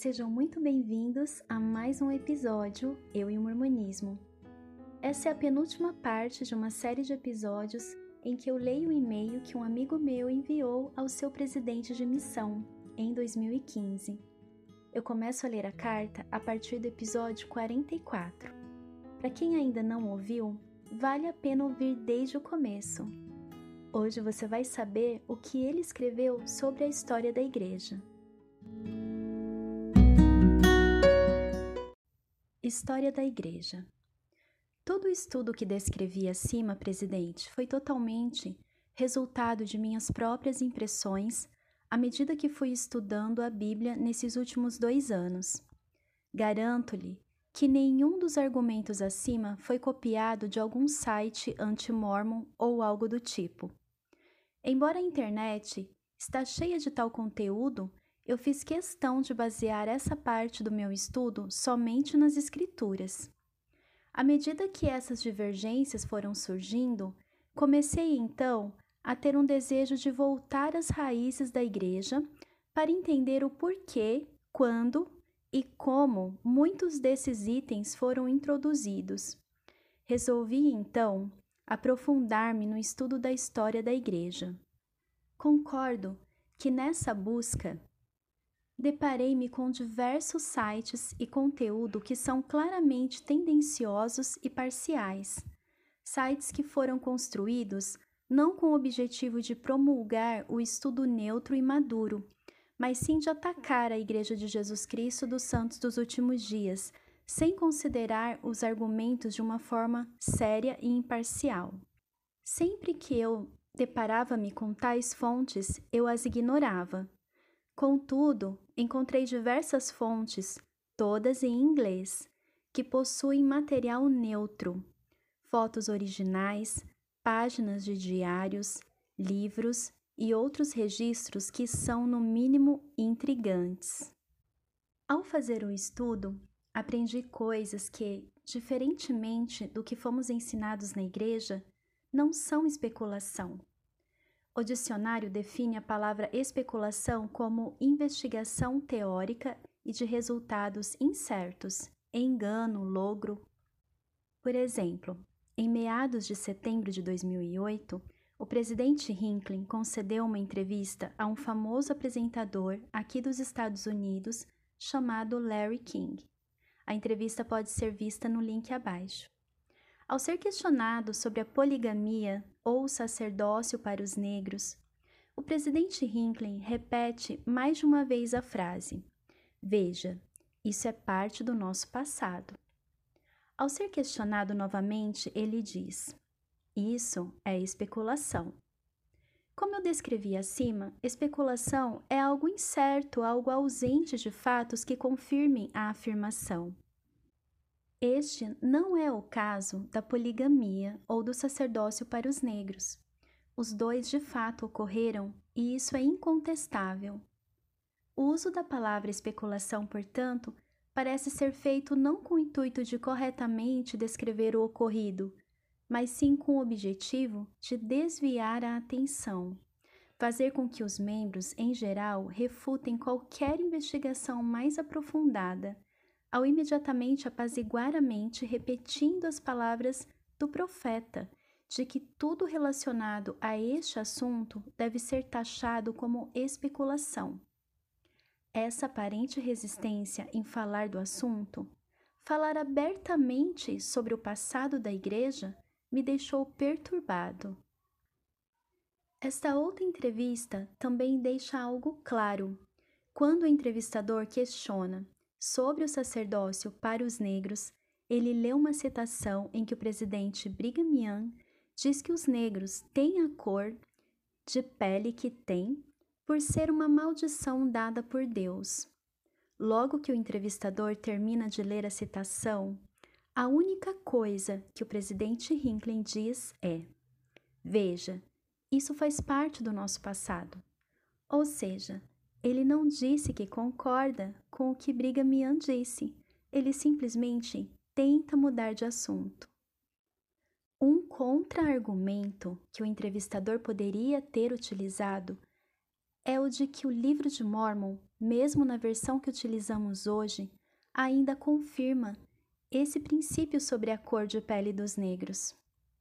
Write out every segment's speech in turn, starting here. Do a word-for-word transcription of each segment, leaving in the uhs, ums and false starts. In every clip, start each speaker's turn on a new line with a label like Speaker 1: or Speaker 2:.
Speaker 1: Sejam muito bem-vindos a mais um episódio Eu e o Mormonismo. Essa é a penúltima parte de uma série de episódios em que eu leio o e-mail que um amigo meu enviou ao seu presidente de missão, em dois mil e quinze. Eu começo a ler a carta a partir do episódio quarenta e quatro. Para quem ainda não ouviu, vale a pena ouvir desde o começo. Hoje você vai saber o que ele escreveu sobre a história da igreja. História da Igreja. Todo o estudo que descrevi acima, presidente, foi totalmente resultado de minhas próprias impressões à medida que fui estudando a Bíblia nesses últimos dois anos. Garanto-lhe que nenhum dos argumentos acima foi copiado de algum site anti-mormon ou algo do tipo. Embora a internet está cheia de tal conteúdo, eu fiz questão de basear essa parte do meu estudo somente nas escrituras. À medida que essas divergências foram surgindo, comecei então a ter um desejo de voltar às raízes da igreja para entender o porquê, quando e como muitos desses itens foram introduzidos. Resolvi então aprofundar-me no estudo da história da igreja. Concordo que nessa busca deparei-me com diversos sites e conteúdo que são claramente tendenciosos e parciais. Sites que foram construídos não com o objetivo de promulgar o estudo neutro e maduro, mas sim de atacar a Igreja de Jesus Cristo dos Santos dos Últimos Dias, sem considerar os argumentos de uma forma séria e imparcial. Sempre que eu deparava-me com tais fontes, eu as ignorava. Contudo, encontrei diversas fontes, todas em inglês, que possuem material neutro, fotos originais, páginas de diários, livros e outros registros que são, no mínimo, intrigantes. Ao fazer o estudo, aprendi coisas que, diferentemente do que fomos ensinados na igreja, não são especulação. O dicionário define a palavra especulação como investigação teórica e de resultados incertos, engano, logro. Por exemplo, em meados de setembro de dois mil e oito, o presidente Hinckley concedeu uma entrevista a um famoso apresentador aqui dos Estados Unidos chamado Larry King. A entrevista pode ser vista no link abaixo. Ao ser questionado sobre a poligamia ou o sacerdócio para os negros, o presidente Hinckley repete mais de uma vez a frase: "Veja, isso é parte do nosso passado." Ao ser questionado novamente, ele diz: "Isso é especulação." Como eu descrevi acima, especulação é algo incerto, algo ausente de fatos que confirmem a afirmação. Este não é o caso da poligamia ou do sacerdócio para os negros. Os dois de fato ocorreram e isso é incontestável. O uso da palavra especulação, portanto, parece ser feito não com o intuito de corretamente descrever o ocorrido, mas sim com o objetivo de desviar a atenção, fazer com que os membros, em geral, refutem qualquer investigação mais aprofundada, ao imediatamente apaziguar a mente repetindo as palavras do profeta, de que tudo relacionado a este assunto deve ser taxado como especulação. Essa aparente resistência em falar do assunto, falar abertamente sobre o passado da igreja, me deixou perturbado. Esta outra entrevista também deixa algo claro. Quando o entrevistador questiona sobre o sacerdócio para os negros, ele lê uma citação em que o presidente Brigham Young diz que os negros têm a cor de pele que têm por ser uma maldição dada por Deus. Logo que o entrevistador termina de ler a citação, a única coisa que o presidente Hinckley diz é: "Veja, isso faz parte do nosso passado." Ou seja, ele não disse que concorda com o que Brigham Young disse, ele simplesmente tenta mudar de assunto. Um contra-argumento que o entrevistador poderia ter utilizado é o de que o Livro de Mórmon, mesmo na versão que utilizamos hoje, ainda confirma esse princípio sobre a cor de pele dos negros.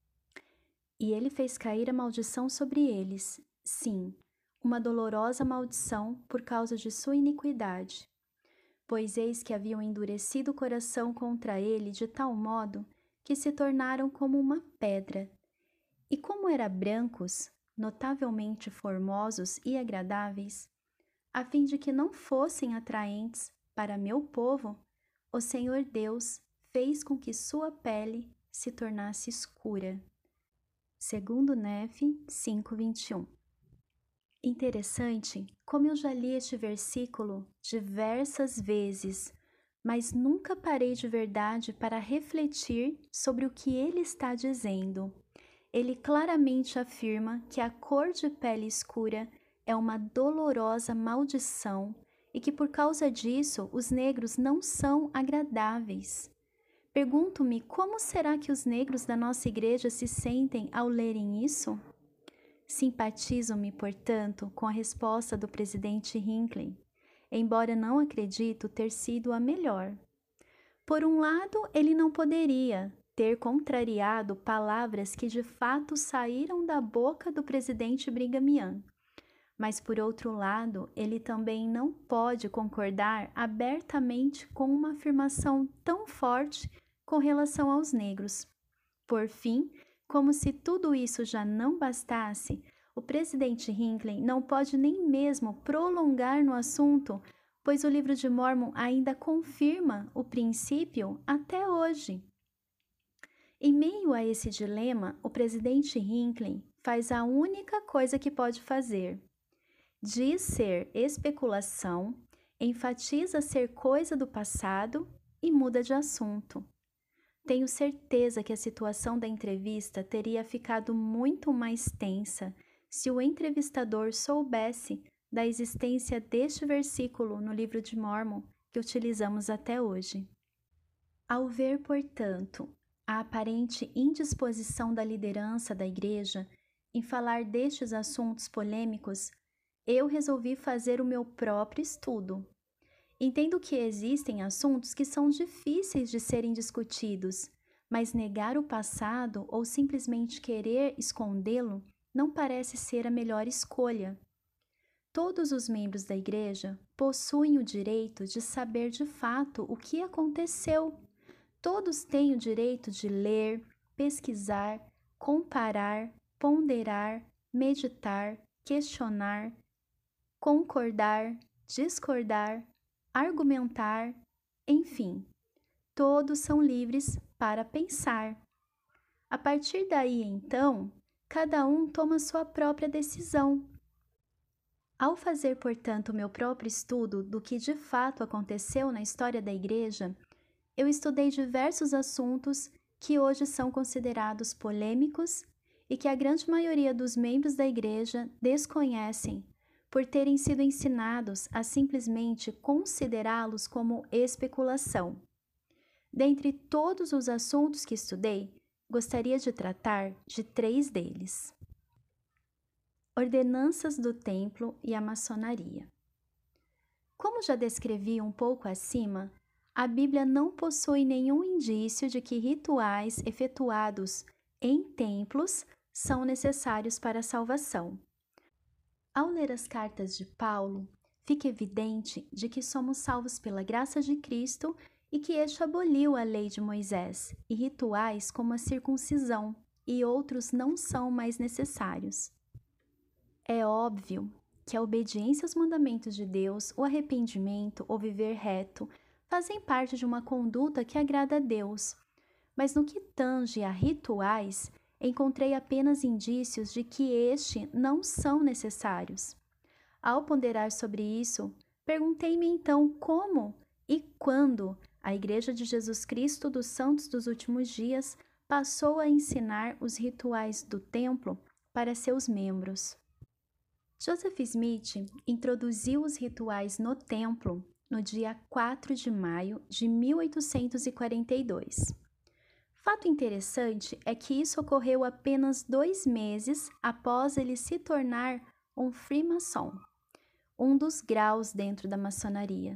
Speaker 1: E ele fez cair a maldição sobre eles, sim, uma dolorosa maldição por causa de sua iniquidade. Pois eis que haviam endurecido o coração contra ele de tal modo que se tornaram como uma pedra. E como eram brancos, notavelmente formosos e agradáveis, a fim de que não fossem atraentes para meu povo, o Senhor Deus fez com que sua pele se tornasse escura. Segundo Nefe cinco, vinte e um. Interessante como eu já li este versículo diversas vezes, mas nunca parei de verdade para refletir sobre o que ele está dizendo. Ele claramente afirma que a cor de pele escura é uma dolorosa maldição e que por causa disso os negros não são agradáveis. Pergunto-me como será que os negros da nossa igreja se sentem ao lerem isso? Simpatizo-me, portanto, com a resposta do presidente Hinckley, embora não acredito ter sido a melhor. Por um lado, ele não poderia ter contrariado palavras que de fato saíram da boca do presidente Brigham Young, mas por outro lado, ele também não pode concordar abertamente com uma afirmação tão forte com relação aos negros. Por fim, como se tudo isso já não bastasse, o presidente Hinckley não pode nem mesmo prolongar no assunto, pois o Livro de Mórmon ainda confirma o princípio até hoje. Em meio a esse dilema, o presidente Hinckley faz a única coisa que pode fazer. Diz ser especulação, enfatiza ser coisa do passado e muda de assunto. Tenho certeza que a situação da entrevista teria ficado muito mais tensa se o entrevistador soubesse da existência deste versículo no Livro de Mórmon que utilizamos até hoje. Ao ver, portanto, a aparente indisposição da liderança da igreja em falar destes assuntos polêmicos, eu resolvi fazer o meu próprio estudo. Entendo que existem assuntos que são difíceis de serem discutidos, mas negar o passado ou simplesmente querer escondê-lo não parece ser a melhor escolha. Todos os membros da igreja possuem o direito de saber de fato o que aconteceu. Todos têm o direito de ler, pesquisar, comparar, ponderar, meditar, questionar, concordar, discordar, argumentar, enfim, todos são livres para pensar. A partir daí, então, cada um toma sua própria decisão. Ao fazer, portanto, meu próprio estudo do que de fato aconteceu na história da igreja, eu estudei diversos assuntos que hoje são considerados polêmicos e que a grande maioria dos membros da igreja desconhecem, por terem sido ensinados a simplesmente considerá-los como especulação. Dentre todos os assuntos que estudei, gostaria de tratar de três deles: ordenanças do templo e a maçonaria. Como já descrevi um pouco acima, a Bíblia não possui nenhum indício de que rituais efetuados em templos são necessários para a salvação. Ao ler as cartas de Paulo, fica evidente de que somos salvos pela graça de Cristo e que este aboliu a lei de Moisés, e rituais como a circuncisão e outros não são mais necessários. É óbvio que a obediência aos mandamentos de Deus, o arrependimento ou viver reto fazem parte de uma conduta que agrada a Deus, mas no que tange a rituais, encontrei apenas indícios de que estes não são necessários. Ao ponderar sobre isso, perguntei-me então como e quando a Igreja de Jesus Cristo dos Santos dos Últimos Dias passou a ensinar os rituais do templo para seus membros. Joseph Smith introduziu os rituais no templo no dia quatro de maio de mil oitocentos e quarenta e dois. Fato interessante é que isso ocorreu apenas dois meses após ele se tornar um Freemason. um dos graus dentro da maçonaria.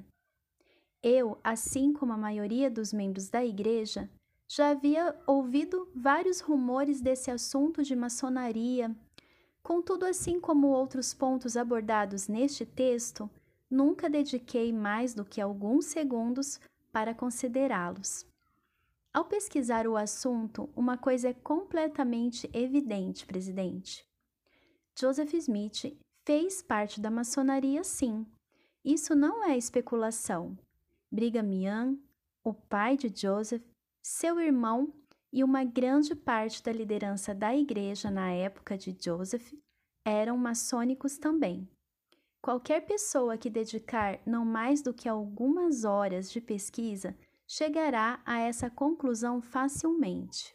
Speaker 1: Eu, assim como a maioria dos membros da igreja, já havia ouvido vários rumores desse assunto de maçonaria. Contudo, assim como outros pontos abordados neste texto, nunca dediquei mais do que alguns segundos para considerá-los. Ao pesquisar o assunto, uma coisa é completamente evidente, presidente. Joseph Smith fez parte da maçonaria, sim. Isso não é especulação. Brigham Young, o pai de Joseph, seu irmão e uma grande parte da liderança da igreja na época de Joseph eram maçônicos também. Qualquer pessoa que dedicar não mais do que algumas horas de pesquisa chegará a essa conclusão facilmente.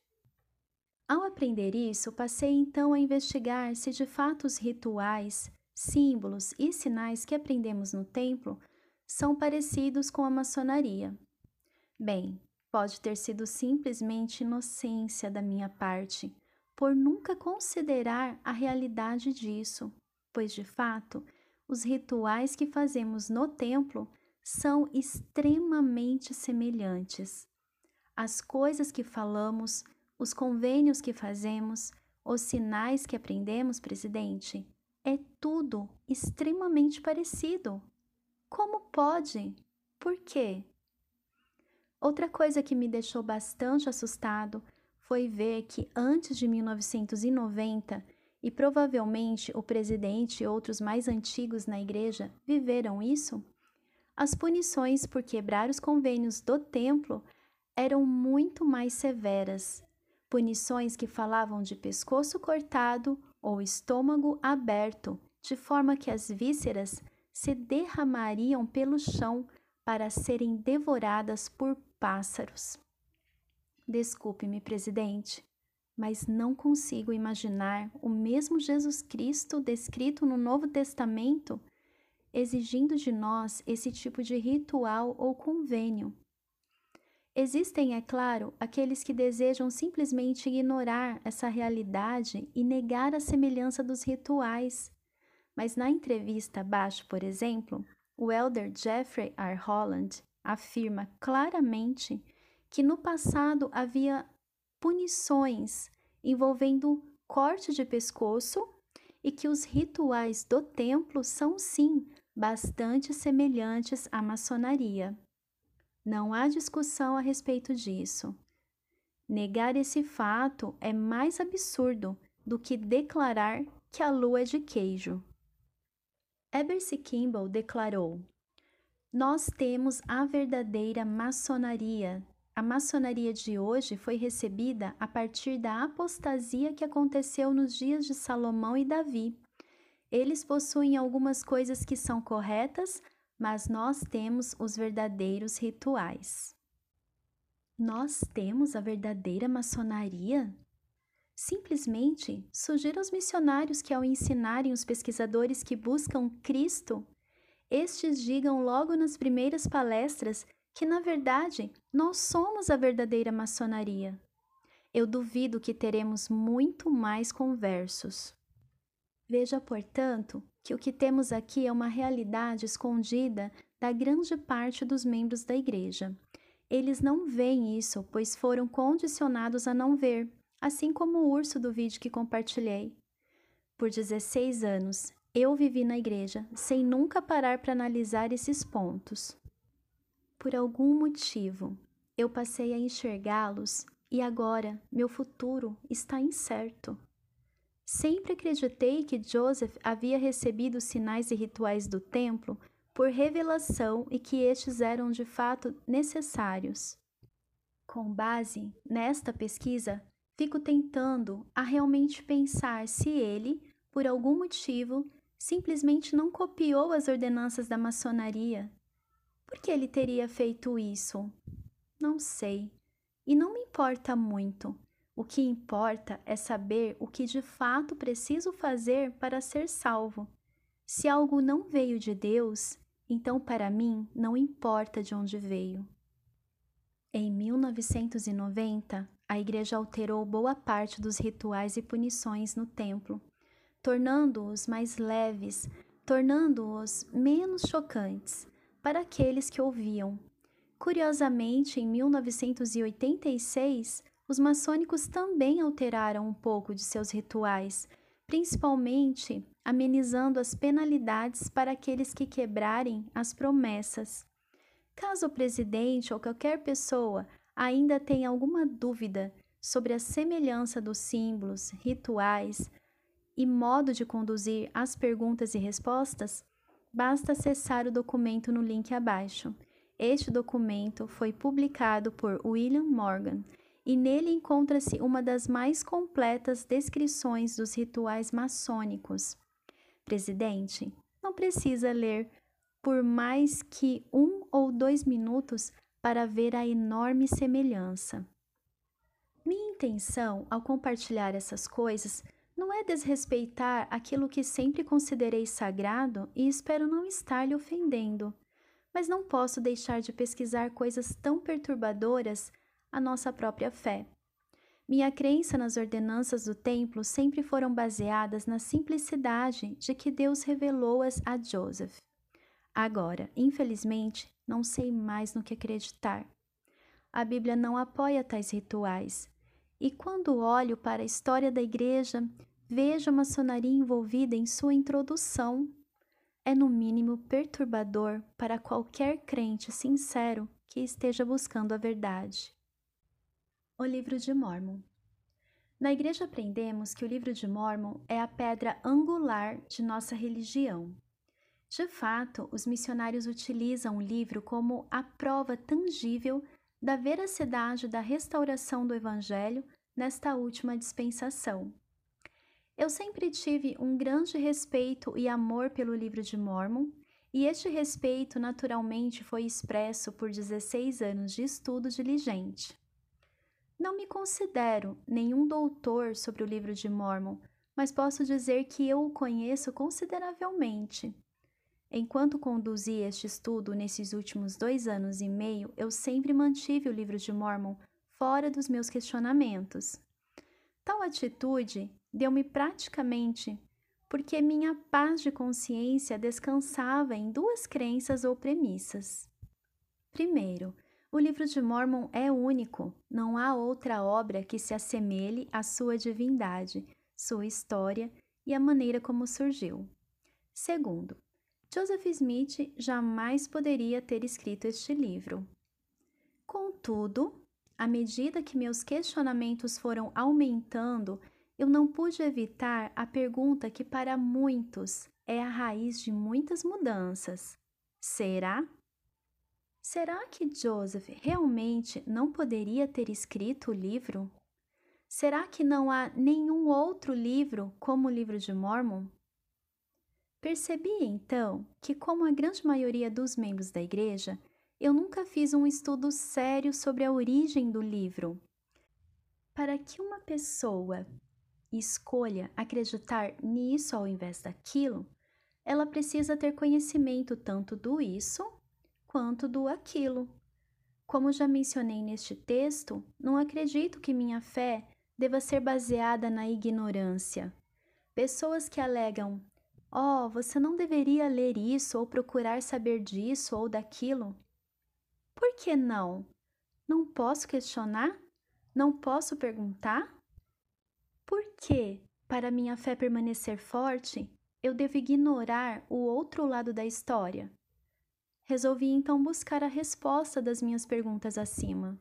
Speaker 1: Ao aprender isso, passei então a investigar se de fato os rituais, símbolos e sinais que aprendemos no templo são parecidos com a maçonaria. Bem, pode ter sido simplesmente inocência da minha parte, por nunca considerar a realidade disso, pois de fato, os rituais que fazemos no templo são extremamente semelhantes. As coisas que falamos, os convênios que fazemos, os sinais que aprendemos, presidente, é tudo extremamente parecido. Como pode? Por quê? Outra coisa que me deixou bastante assustado foi ver que antes de mil novecentos e noventa, e provavelmente o presidente e outros mais antigos na igreja viveram isso, as punições por quebrar os convênios do templo eram muito mais severas. Punições que falavam de pescoço cortado ou estômago aberto, de forma que as vísceras se derramariam pelo chão para serem devoradas por pássaros. Desculpe-me, presidente, mas não consigo imaginar o mesmo Jesus Cristo descrito no Novo Testamento exigindo de nós esse tipo de ritual ou convênio. Existem, é claro, aqueles que desejam simplesmente ignorar essa realidade e negar a semelhança dos rituais. Mas na entrevista abaixo, por exemplo, o elder Jeffrey R. Holland afirma claramente que no passado havia punições envolvendo corte de pescoço e que os rituais do templo são, sim, bastante semelhantes à maçonaria. Não há discussão a respeito disso. Negar esse fato é mais absurdo do que declarar que a lua é de queijo. Heber C. Kimball declarou: "Nós temos a verdadeira maçonaria. A maçonaria de hoje foi recebida a partir da apostasia que aconteceu nos dias de Salomão e Davi. Eles possuem algumas coisas que são corretas, mas nós temos os verdadeiros rituais." Nós temos a verdadeira maçonaria? Simplesmente sugiro aos missionários que, ao ensinarem os pesquisadores que buscam Cristo, estes digam logo nas primeiras palestras que, na verdade, nós somos a verdadeira maçonaria. Eu duvido que teremos muito mais conversos. Veja, portanto, que o que temos aqui é uma realidade escondida da grande parte dos membros da igreja. Eles não veem isso, pois foram condicionados a não ver, assim como o urso do vídeo que compartilhei. Por dezesseis anos, eu vivi na igreja sem nunca parar para analisar esses pontos. Por algum motivo, eu passei a enxergá-los e agora meu futuro está incerto. Sempre acreditei que Joseph havia recebido os sinais e rituais do templo por revelação e que estes eram de fato necessários. Com base nesta pesquisa, fico tentando a realmente pensar se ele, por algum motivo, simplesmente não copiou as ordenanças da maçonaria. Por que ele teria feito isso? Não sei. E não me importa muito. O que importa é saber o que de fato preciso fazer para ser salvo. Se algo não veio de Deus, então para mim não importa de onde veio. Em mil novecentos e noventa, a igreja alterou boa parte dos rituais e punições no templo, tornando-os mais leves, tornando-os menos chocantes para aqueles que ouviam. Curiosamente, em mil novecentos e oitenta e seis, os maçônicos também alteraram um pouco de seus rituais, principalmente amenizando as penalidades para aqueles que quebrarem as promessas. Caso o presidente ou qualquer pessoa ainda tenha alguma dúvida sobre a semelhança dos símbolos, rituais e modo de conduzir as perguntas e respostas, basta acessar o documento no link abaixo. Este documento foi publicado por William Morgan e nele encontra-se uma das mais completas descrições dos rituais maçônicos. Presidente, não precisa ler por mais que um ou dois minutos para ver a enorme semelhança. Minha intenção ao compartilhar essas coisas não é desrespeitar aquilo que sempre considerei sagrado e espero não estar lhe ofendendo, mas não posso deixar de pesquisar coisas tão perturbadoras à nossa própria fé. Minha crença nas ordenanças do templo sempre foram baseadas na simplicidade de que Deus revelou-as a Joseph. Agora, infelizmente, não sei mais no que acreditar. A Bíblia não apoia tais rituais, e quando olho para a história da Igreja, vejo a maçonaria envolvida em sua introdução. É no mínimo perturbador para qualquer crente sincero que esteja buscando a verdade. O Livro de Mórmon. Na Igreja aprendemos que o Livro de Mórmon é a pedra angular de nossa religião. De fato, os missionários utilizam o livro como a prova tangível da veracidade da restauração do Evangelho nesta última dispensação. Eu sempre tive um grande respeito e amor pelo Livro de Mórmon, e este respeito naturalmente foi expresso por dezesseis anos de estudo diligente. Não me considero nenhum doutor sobre o Livro de Mórmon, mas posso dizer que eu o conheço consideravelmente. Enquanto conduzi este estudo nesses últimos dois anos e meio, eu sempre mantive o Livro de Mórmon fora dos meus questionamentos. Tal atitude deu-me praticamente porque minha paz de consciência descansava em duas crenças ou premissas. Primeiro, o Livro de Mórmon é único, não há outra obra que se assemelhe à sua divindade, sua história e a maneira como surgiu. Segundo, Joseph Smith jamais poderia ter escrito este livro. Contudo, à medida que meus questionamentos foram aumentando, eu não pude evitar a pergunta que para muitos é a raiz de muitas mudanças. Será? Será que Joseph realmente não poderia ter escrito o livro? Será que não há nenhum outro livro como o Livro de Mórmon? Percebi, então, que, como a grande maioria dos membros da igreja, eu nunca fiz um estudo sério sobre a origem do livro. Para que uma pessoa escolha acreditar nisso ao invés daquilo, ela precisa ter conhecimento tanto do isso quanto do aquilo. Como já mencionei neste texto, não acredito que minha fé deva ser baseada na ignorância. Pessoas que alegam: "Oh, você não deveria ler isso ou procurar saber disso ou daquilo." Por que não? Não posso questionar? Não posso perguntar? Por que, para minha fé permanecer forte, eu devo ignorar o outro lado da história? Resolvi então buscar a resposta das minhas perguntas acima.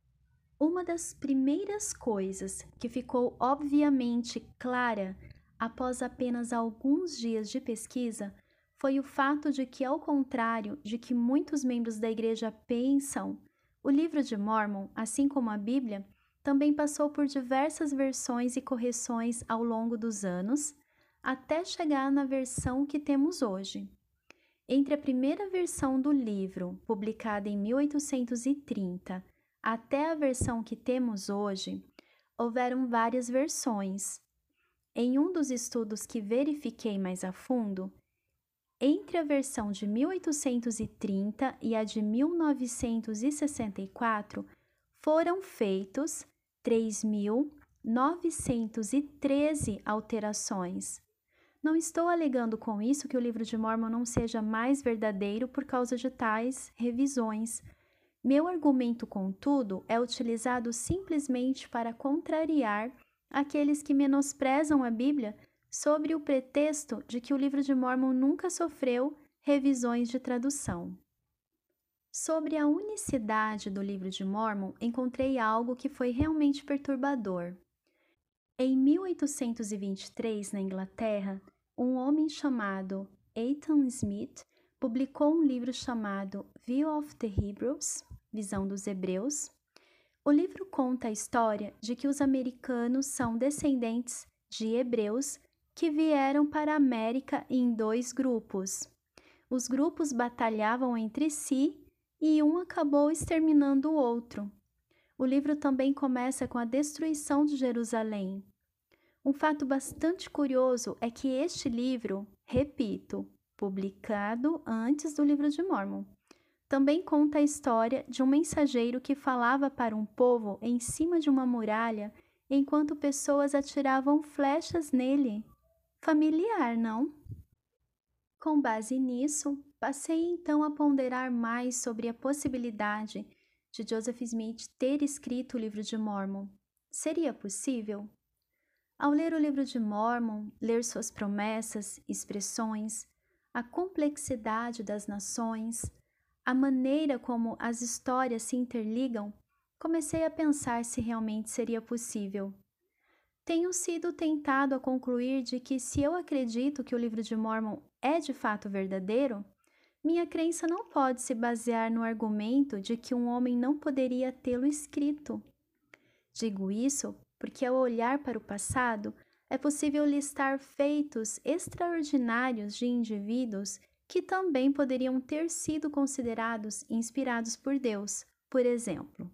Speaker 1: Uma das primeiras coisas que ficou obviamente clara após apenas alguns dias de pesquisa, foi o fato de que, ao contrário de que muitos membros da igreja pensam, o Livro de Mórmon, assim como a Bíblia, também passou por diversas versões e correções ao longo dos anos, até chegar na versão que temos hoje. Entre a primeira versão do livro, publicada em mil oitocentos e trinta, até a versão que temos hoje, houveram várias versões. Em um dos estudos que verifiquei mais a fundo, entre a versão de mil oitocentos e trinta e a de mil novecentos e sessenta e quatro, foram feitos três mil novecentos e treze alterações. Não estou alegando com isso que o livro de Mórmon não seja mais verdadeiro por causa de tais revisões. Meu argumento, contudo, é utilizado simplesmente para contrariar aqueles que menosprezam a Bíblia sobre o pretexto de que o livro de Mórmon nunca sofreu revisões de tradução. Sobre a unicidade do livro de Mórmon, encontrei algo que foi realmente perturbador. Em mil oitocentos e vinte e três, na Inglaterra, um homem chamado Eitan Smith publicou um livro chamado View of the Hebrews, Visão dos Hebreus. O livro conta a história de que os americanos são descendentes de hebreus que vieram para a América em dois grupos. Os grupos batalhavam entre si e um acabou exterminando o outro. O livro também começa com a destruição de Jerusalém. Um fato bastante curioso é que este livro, repito, publicado antes do livro de Mórmon, também conta a história de um mensageiro que falava para um povo em cima de uma muralha enquanto pessoas atiravam flechas nele. Familiar, não? Com base nisso, passei então a ponderar mais sobre a possibilidade de Joseph Smith ter escrito o livro de Mórmon. Seria possível? Ao ler o livro de Mórmon, ler suas promessas, expressões, a complexidade das nações, a maneira como as histórias se interligam, comecei a pensar se realmente seria possível. Tenho sido tentado a concluir de que se eu acredito que o livro de Mórmon é de fato verdadeiro, minha crença não pode se basear no argumento de que um homem não poderia tê-lo escrito. Digo isso porque, ao olhar para o passado, é possível listar feitos extraordinários de indivíduos que também poderiam ter sido considerados inspirados por Deus. Por exemplo,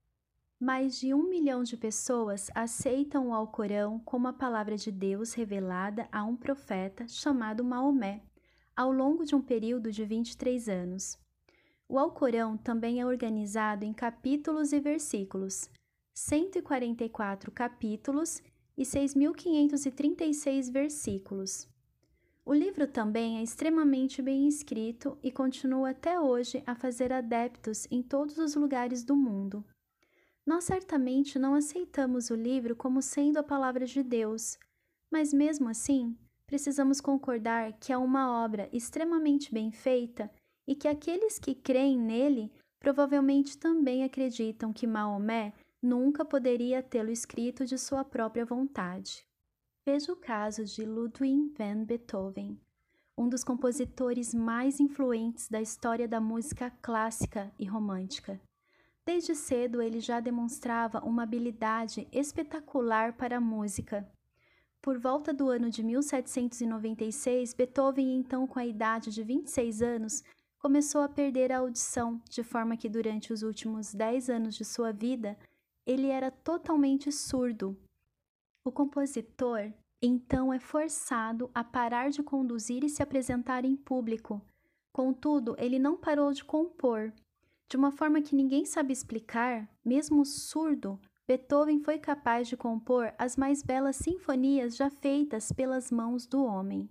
Speaker 1: mais de um milhão de pessoas aceitam o Alcorão como a palavra de Deus revelada a um profeta chamado Maomé, ao longo de um período de vinte e três anos. O Alcorão também é organizado em capítulos e versículos, cento e quarenta e quatro capítulos e seis mil quinhentos e trinta e seis versículos. O livro também é extremamente bem escrito e continua até hoje a fazer adeptos em todos os lugares do mundo. Nós certamente não aceitamos o livro como sendo a palavra de Deus, mas mesmo assim, precisamos concordar que é uma obra extremamente bem feita e que aqueles que creem nele provavelmente também acreditam que Maomé nunca poderia tê-lo escrito de sua própria vontade. Veja o caso de Ludwig van Beethoven, um dos compositores mais influentes da história da música clássica e romântica. Desde cedo ele já demonstrava uma habilidade espetacular para a música. Por volta do ano de mil setecentos e noventa e seis, Beethoven, então com a idade de vinte e seis anos, começou a perder a audição, de forma que durante os últimos dez anos de sua vida, ele era totalmente surdo. O compositor, então, é forçado a parar de conduzir e se apresentar em público. Contudo, ele não parou de compor. De uma forma que ninguém sabe explicar, mesmo surdo, Beethoven foi capaz de compor as mais belas sinfonias já feitas pelas mãos do homem.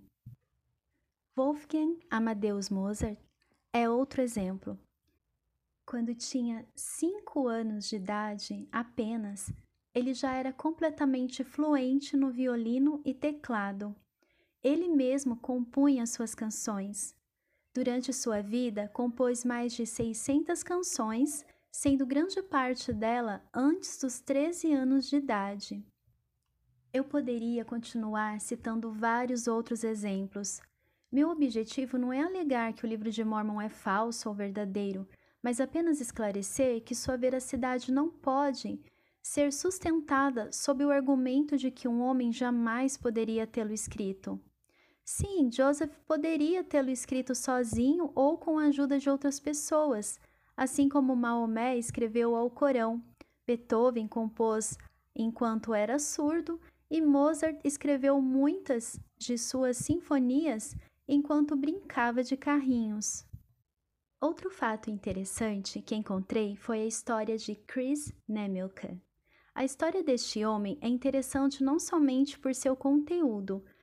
Speaker 1: Wolfgang Amadeus Mozart é outro exemplo. Quando tinha cinco anos de idade apenas, ele já era completamente fluente no violino e teclado. Ele mesmo compunha suas canções. Durante sua vida, compôs mais de seiscentas canções, sendo grande parte dela antes dos treze anos de idade. Eu poderia continuar citando vários outros exemplos. Meu objetivo não é alegar que o livro de Mórmon é falso ou verdadeiro, mas apenas esclarecer que sua veracidade não pode ser sustentada sob o argumento de que um homem jamais poderia tê-lo escrito. Sim, Joseph poderia tê-lo escrito sozinho ou com a ajuda de outras pessoas, assim como Maomé escreveu o Alcorão, Beethoven compôs enquanto era surdo e Mozart escreveu muitas de suas sinfonias enquanto brincava de carrinhos. Outro fato interessante que encontrei foi a história de Chris Nemilka. A história deste homem é interessante não somente por seu conteúdo,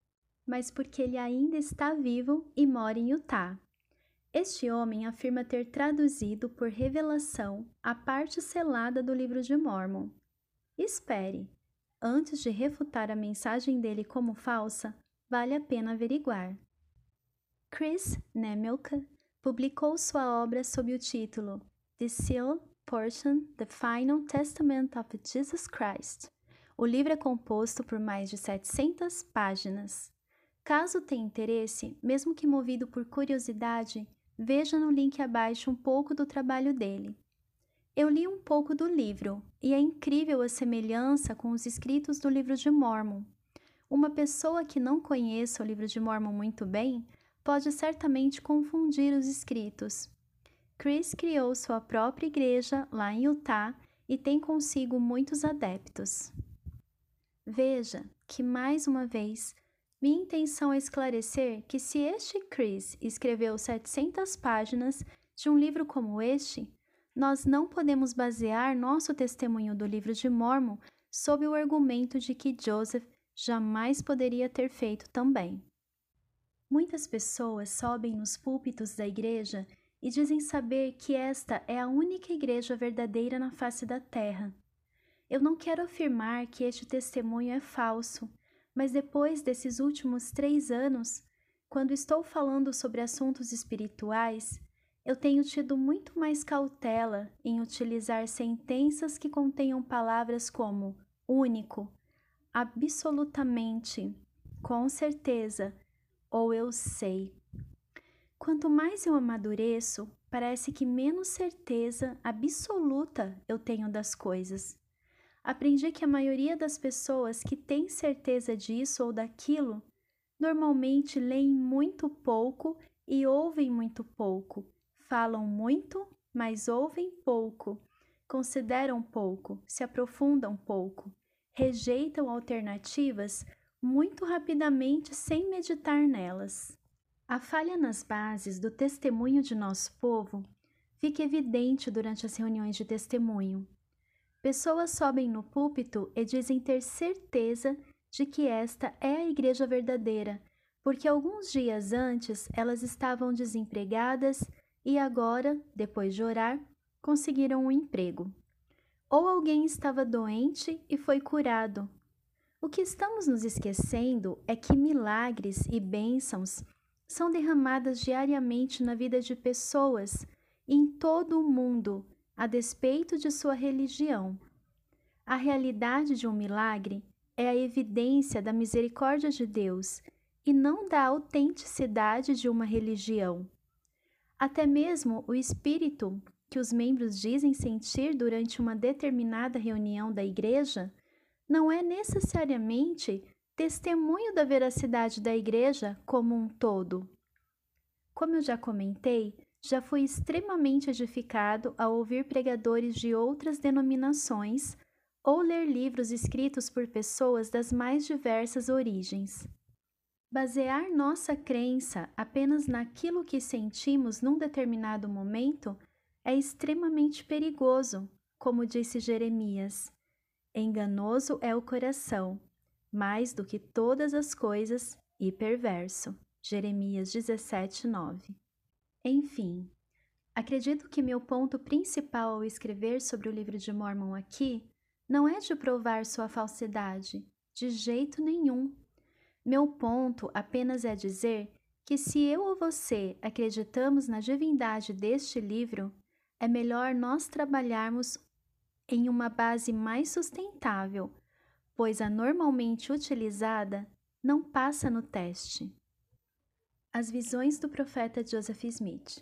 Speaker 1: mas porque ele ainda está vivo e mora em Utah. Este homem afirma ter traduzido por revelação a parte selada do livro de Mórmon. Espere, antes de refutar a mensagem dele como falsa, vale a pena averiguar. Chris Nemelka publicou sua obra sob o título The Sealed Portion, The Final Testament of Jesus Christ. O livro é composto por mais de setecentas páginas. Caso tenha interesse, mesmo que movido por curiosidade, veja no link abaixo um pouco do trabalho dele. Eu li um pouco do livro, e é incrível a semelhança com os escritos do livro de Mórmon. Uma pessoa que não conheça o livro de Mórmon muito bem pode certamente confundir os escritos. Chris criou sua própria igreja lá em Utah e tem consigo muitos adeptos. Veja que, mais uma vez, minha intenção é esclarecer que se este Chris escreveu setecentas páginas de um livro como este, nós não podemos basear nosso testemunho do livro de Mórmon sob o argumento de que Joseph jamais poderia ter feito também. Muitas pessoas sobem nos púlpitos da igreja e dizem saber que esta é a única igreja verdadeira na face da terra. Eu não quero afirmar que este testemunho é falso, mas depois desses últimos três anos, quando estou falando sobre assuntos espirituais, eu tenho tido muito mais cautela em utilizar sentenças que contenham palavras como único, absolutamente, com certeza, ou eu sei. Quanto mais eu amadureço, parece que menos certeza absoluta eu tenho das coisas. Aprendi que a maioria das pessoas que tem certeza disso ou daquilo, normalmente leem muito pouco e ouvem muito pouco, falam muito, mas ouvem pouco, consideram pouco, se aprofundam pouco, rejeitam alternativas muito rapidamente sem meditar nelas. A falha nas bases do testemunho de nosso povo fica evidente durante as reuniões de testemunho. Pessoas sobem no púlpito e dizem ter certeza de que esta é a igreja verdadeira, porque alguns dias antes elas estavam desempregadas e agora, depois de orar, conseguiram um emprego. Ou alguém estava doente e foi curado. O que estamos nos esquecendo é que milagres e bênçãos são derramadas diariamente na vida de pessoas em todo o mundo, a despeito de sua religião. A realidade de um milagre é a evidência da misericórdia de Deus e não da autenticidade de uma religião. Até mesmo o espírito que os membros dizem sentir durante uma determinada reunião da igreja não é necessariamente testemunho da veracidade da igreja como um todo. Como eu já comentei, já fui extremamente edificado ao ouvir pregadores de outras denominações ou ler livros escritos por pessoas das mais diversas origens. Basear nossa crença apenas naquilo que sentimos num determinado momento é extremamente perigoso, como disse Jeremias. Enganoso é o coração, mais do que todas as coisas, e perverso. Jeremias dezessete, nove. Enfim, acredito que meu ponto principal ao escrever sobre o livro de Mórmon aqui não é de provar sua falsidade, de jeito nenhum. Meu ponto apenas é dizer que se eu ou você acreditamos na divindade deste livro, é melhor nós trabalharmos em uma base mais sustentável, pois a normalmente utilizada não passa no teste. As visões do profeta Joseph Smith.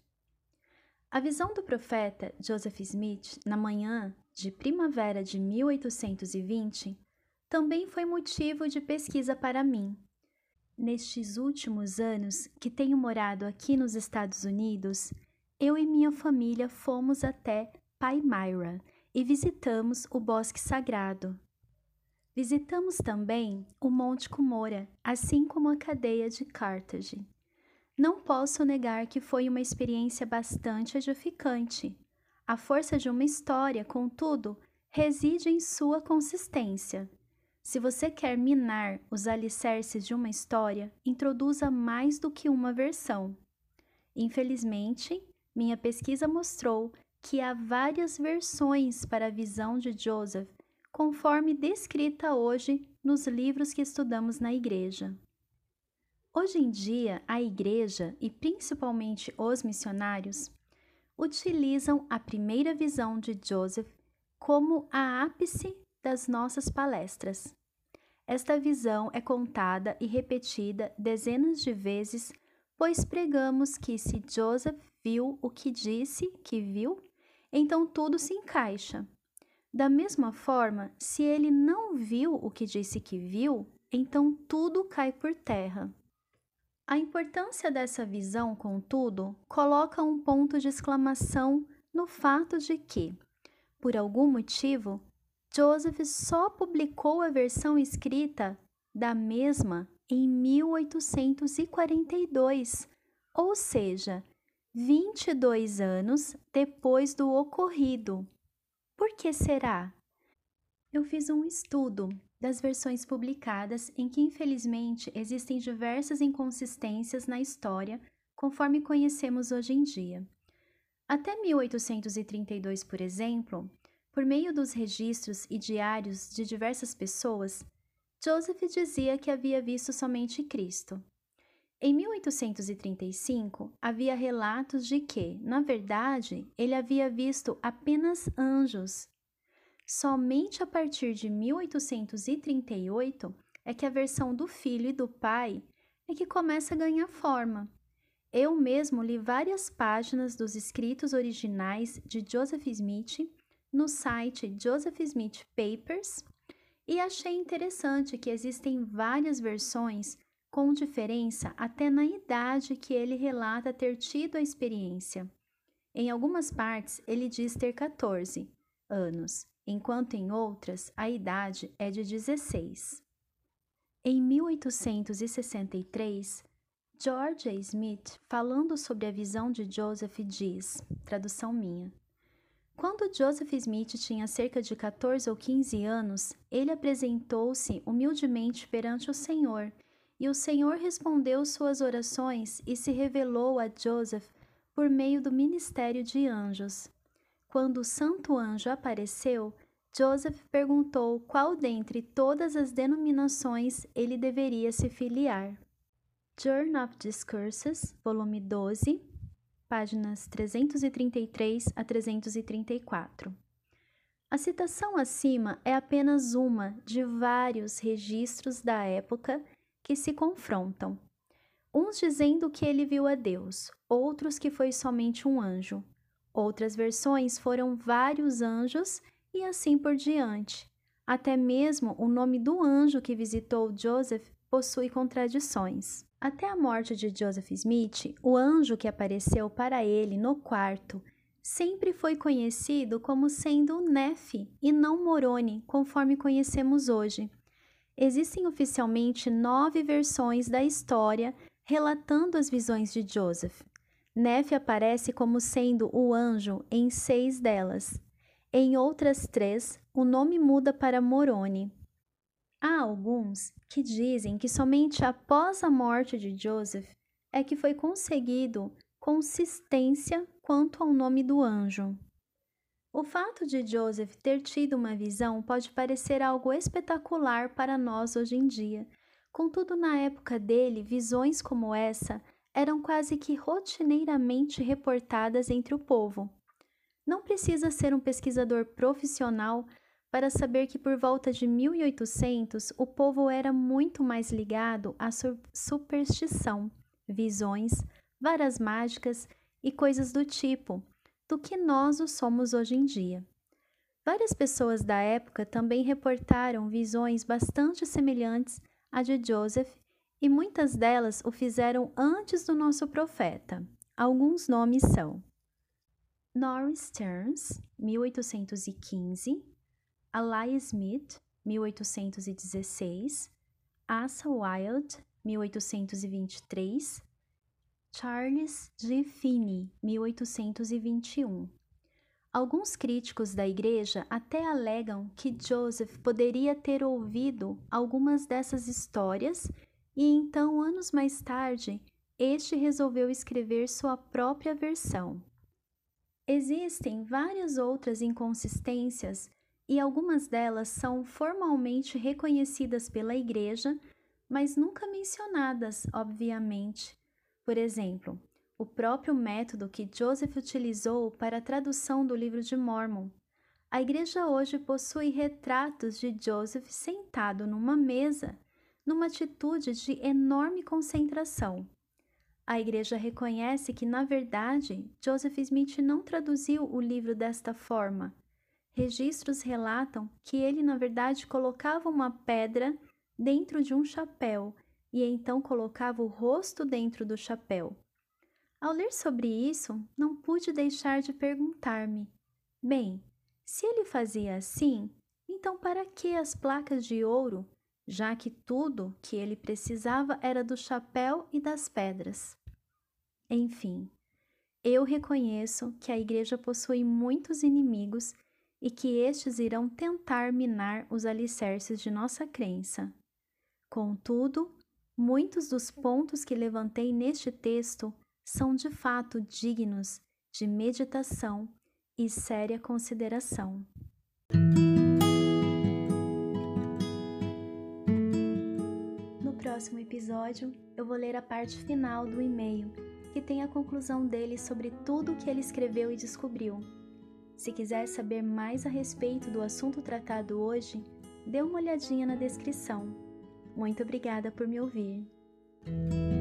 Speaker 1: A visão do profeta Joseph Smith na manhã de primavera de mil oitocentos e vinte também foi motivo de pesquisa para mim. Nestes últimos anos que tenho morado aqui nos Estados Unidos, eu e minha família fomos até Palmyra e visitamos o Bosque Sagrado. Visitamos também o Monte Cumorah, assim como a cadeia de Carthage. Não posso negar que foi uma experiência bastante edificante. A força de uma história, contudo, reside em sua consistência. Se você quer minar os alicerces de uma história, introduza mais do que uma versão. Infelizmente, minha pesquisa mostrou que há várias versões para a visão de Joseph, conforme descrita hoje nos livros que estudamos na igreja. Hoje em dia, a igreja, e principalmente os missionários, utilizam a primeira visão de Joseph como a ápice das nossas palestras. Esta visão é contada e repetida dezenas de vezes, pois pregamos que se Joseph viu o que disse que viu, então tudo se encaixa. Da mesma forma, se ele não viu o que disse que viu, então tudo cai por terra. A importância dessa visão, contudo, coloca um ponto de exclamação no fato de que, por algum motivo, Joseph só publicou a versão escrita da mesma em mil oitocentos e quarenta e dois, ou seja, vinte e dois anos depois do ocorrido. Por que será? Eu fiz um estudo das versões publicadas em que, infelizmente, existem diversas inconsistências na história, conforme conhecemos hoje em dia. Até mil oitocentos e trinta e dois, por exemplo, por meio dos registros e diários de diversas pessoas, Joseph dizia que havia visto somente Cristo. Em mil oitocentos e trinta e cinco, havia relatos de que, na verdade, ele havia visto apenas anjos. Somente a partir de mil oitocentos e trinta e oito é que a versão do filho e do pai é que começa a ganhar forma. Eu mesmo li várias páginas dos escritos originais de Joseph Smith no site Joseph Smith Papers e achei interessante que existem várias versões com diferença até na idade que ele relata ter tido a experiência. Em algumas partes, ele diz ter quatorze anos, enquanto em outras a idade é de dezesseis. Em mil oitocentos e sessenta e três, George A. Smith, falando sobre a visão de Joseph, diz, tradução minha, quando Joseph Smith tinha cerca de quatorze ou quinze anos, ele apresentou-se humildemente perante o Senhor, e o Senhor respondeu suas orações e se revelou a Joseph por meio do ministério de anjos. Quando o santo anjo apareceu, Joseph perguntou qual dentre todas as denominações ele deveria se filiar. Journal of Discourses, volume doze, páginas trezentos e trinta e três a trezentos e trinta e quatro. A citação acima é apenas uma de vários registros da época que se confrontam. Uns dizendo que ele viu a Deus, outros que foi somente um anjo. Outras versões foram vários anjos e assim por diante. Até mesmo o nome do anjo que visitou Joseph possui contradições. Até a morte de Joseph Smith, o anjo que apareceu para ele no quarto sempre foi conhecido como sendo Nefe e não Moroni, conforme conhecemos hoje. Existem oficialmente nove versões da história relatando as visões de Joseph. Nefe aparece como sendo o anjo em seis delas. Em outras três, o nome muda para Moroni. Há alguns que dizem que somente após a morte de Joseph é que foi conseguido consistência quanto ao nome do anjo. O fato de Joseph ter tido uma visão pode parecer algo espetacular para nós hoje em dia. Contudo, na época dele, visões como essa eram quase que rotineiramente reportadas entre o povo. Não precisa ser um pesquisador profissional para saber que por volta de mil e oitocentos o povo era muito mais ligado à superstição, visões, varas mágicas e coisas do tipo, do que nós o somos hoje em dia. Várias pessoas da época também reportaram visões bastante semelhantes à de Joseph e muitas delas o fizeram antes do nosso profeta. Alguns nomes são Norris Stearns, mil oitocentos e quinze, Elias Smith, mil oitocentos e dezesseis, Asa Wilde, mil oitocentos e vinte e três, Charles G. Finney, mil oitocentos e vinte e um. Alguns críticos da igreja até alegam que Joseph poderia ter ouvido algumas dessas histórias e então, anos mais tarde, este resolveu escrever sua própria versão. Existem várias outras inconsistências e algumas delas são formalmente reconhecidas pela igreja, mas nunca mencionadas, obviamente. Por exemplo, o próprio método que Joseph utilizou para a tradução do livro de Mórmon. A igreja hoje possui retratos de Joseph sentado numa mesa, numa atitude de enorme concentração. A igreja reconhece que, na verdade, Joseph Smith não traduziu o livro desta forma. Registros relatam que ele, na verdade, colocava uma pedra dentro de um chapéu e então colocava o rosto dentro do chapéu. Ao ler sobre isso, não pude deixar de perguntar-me: bem, se ele fazia assim, então para que as placas de ouro, já que tudo que ele precisava era do chapéu e das pedras? Enfim, eu reconheço que a igreja possui muitos inimigos e que estes irão tentar minar os alicerces de nossa crença. Contudo, muitos dos pontos que levantei neste texto são de fato dignos de meditação e séria consideração. No próximo episódio, eu vou ler a parte final do e-mail, que tem a conclusão dele sobre tudo o que ele escreveu e descobriu. Se quiser saber mais a respeito do assunto tratado hoje, dê uma olhadinha na descrição. Muito obrigada por me ouvir.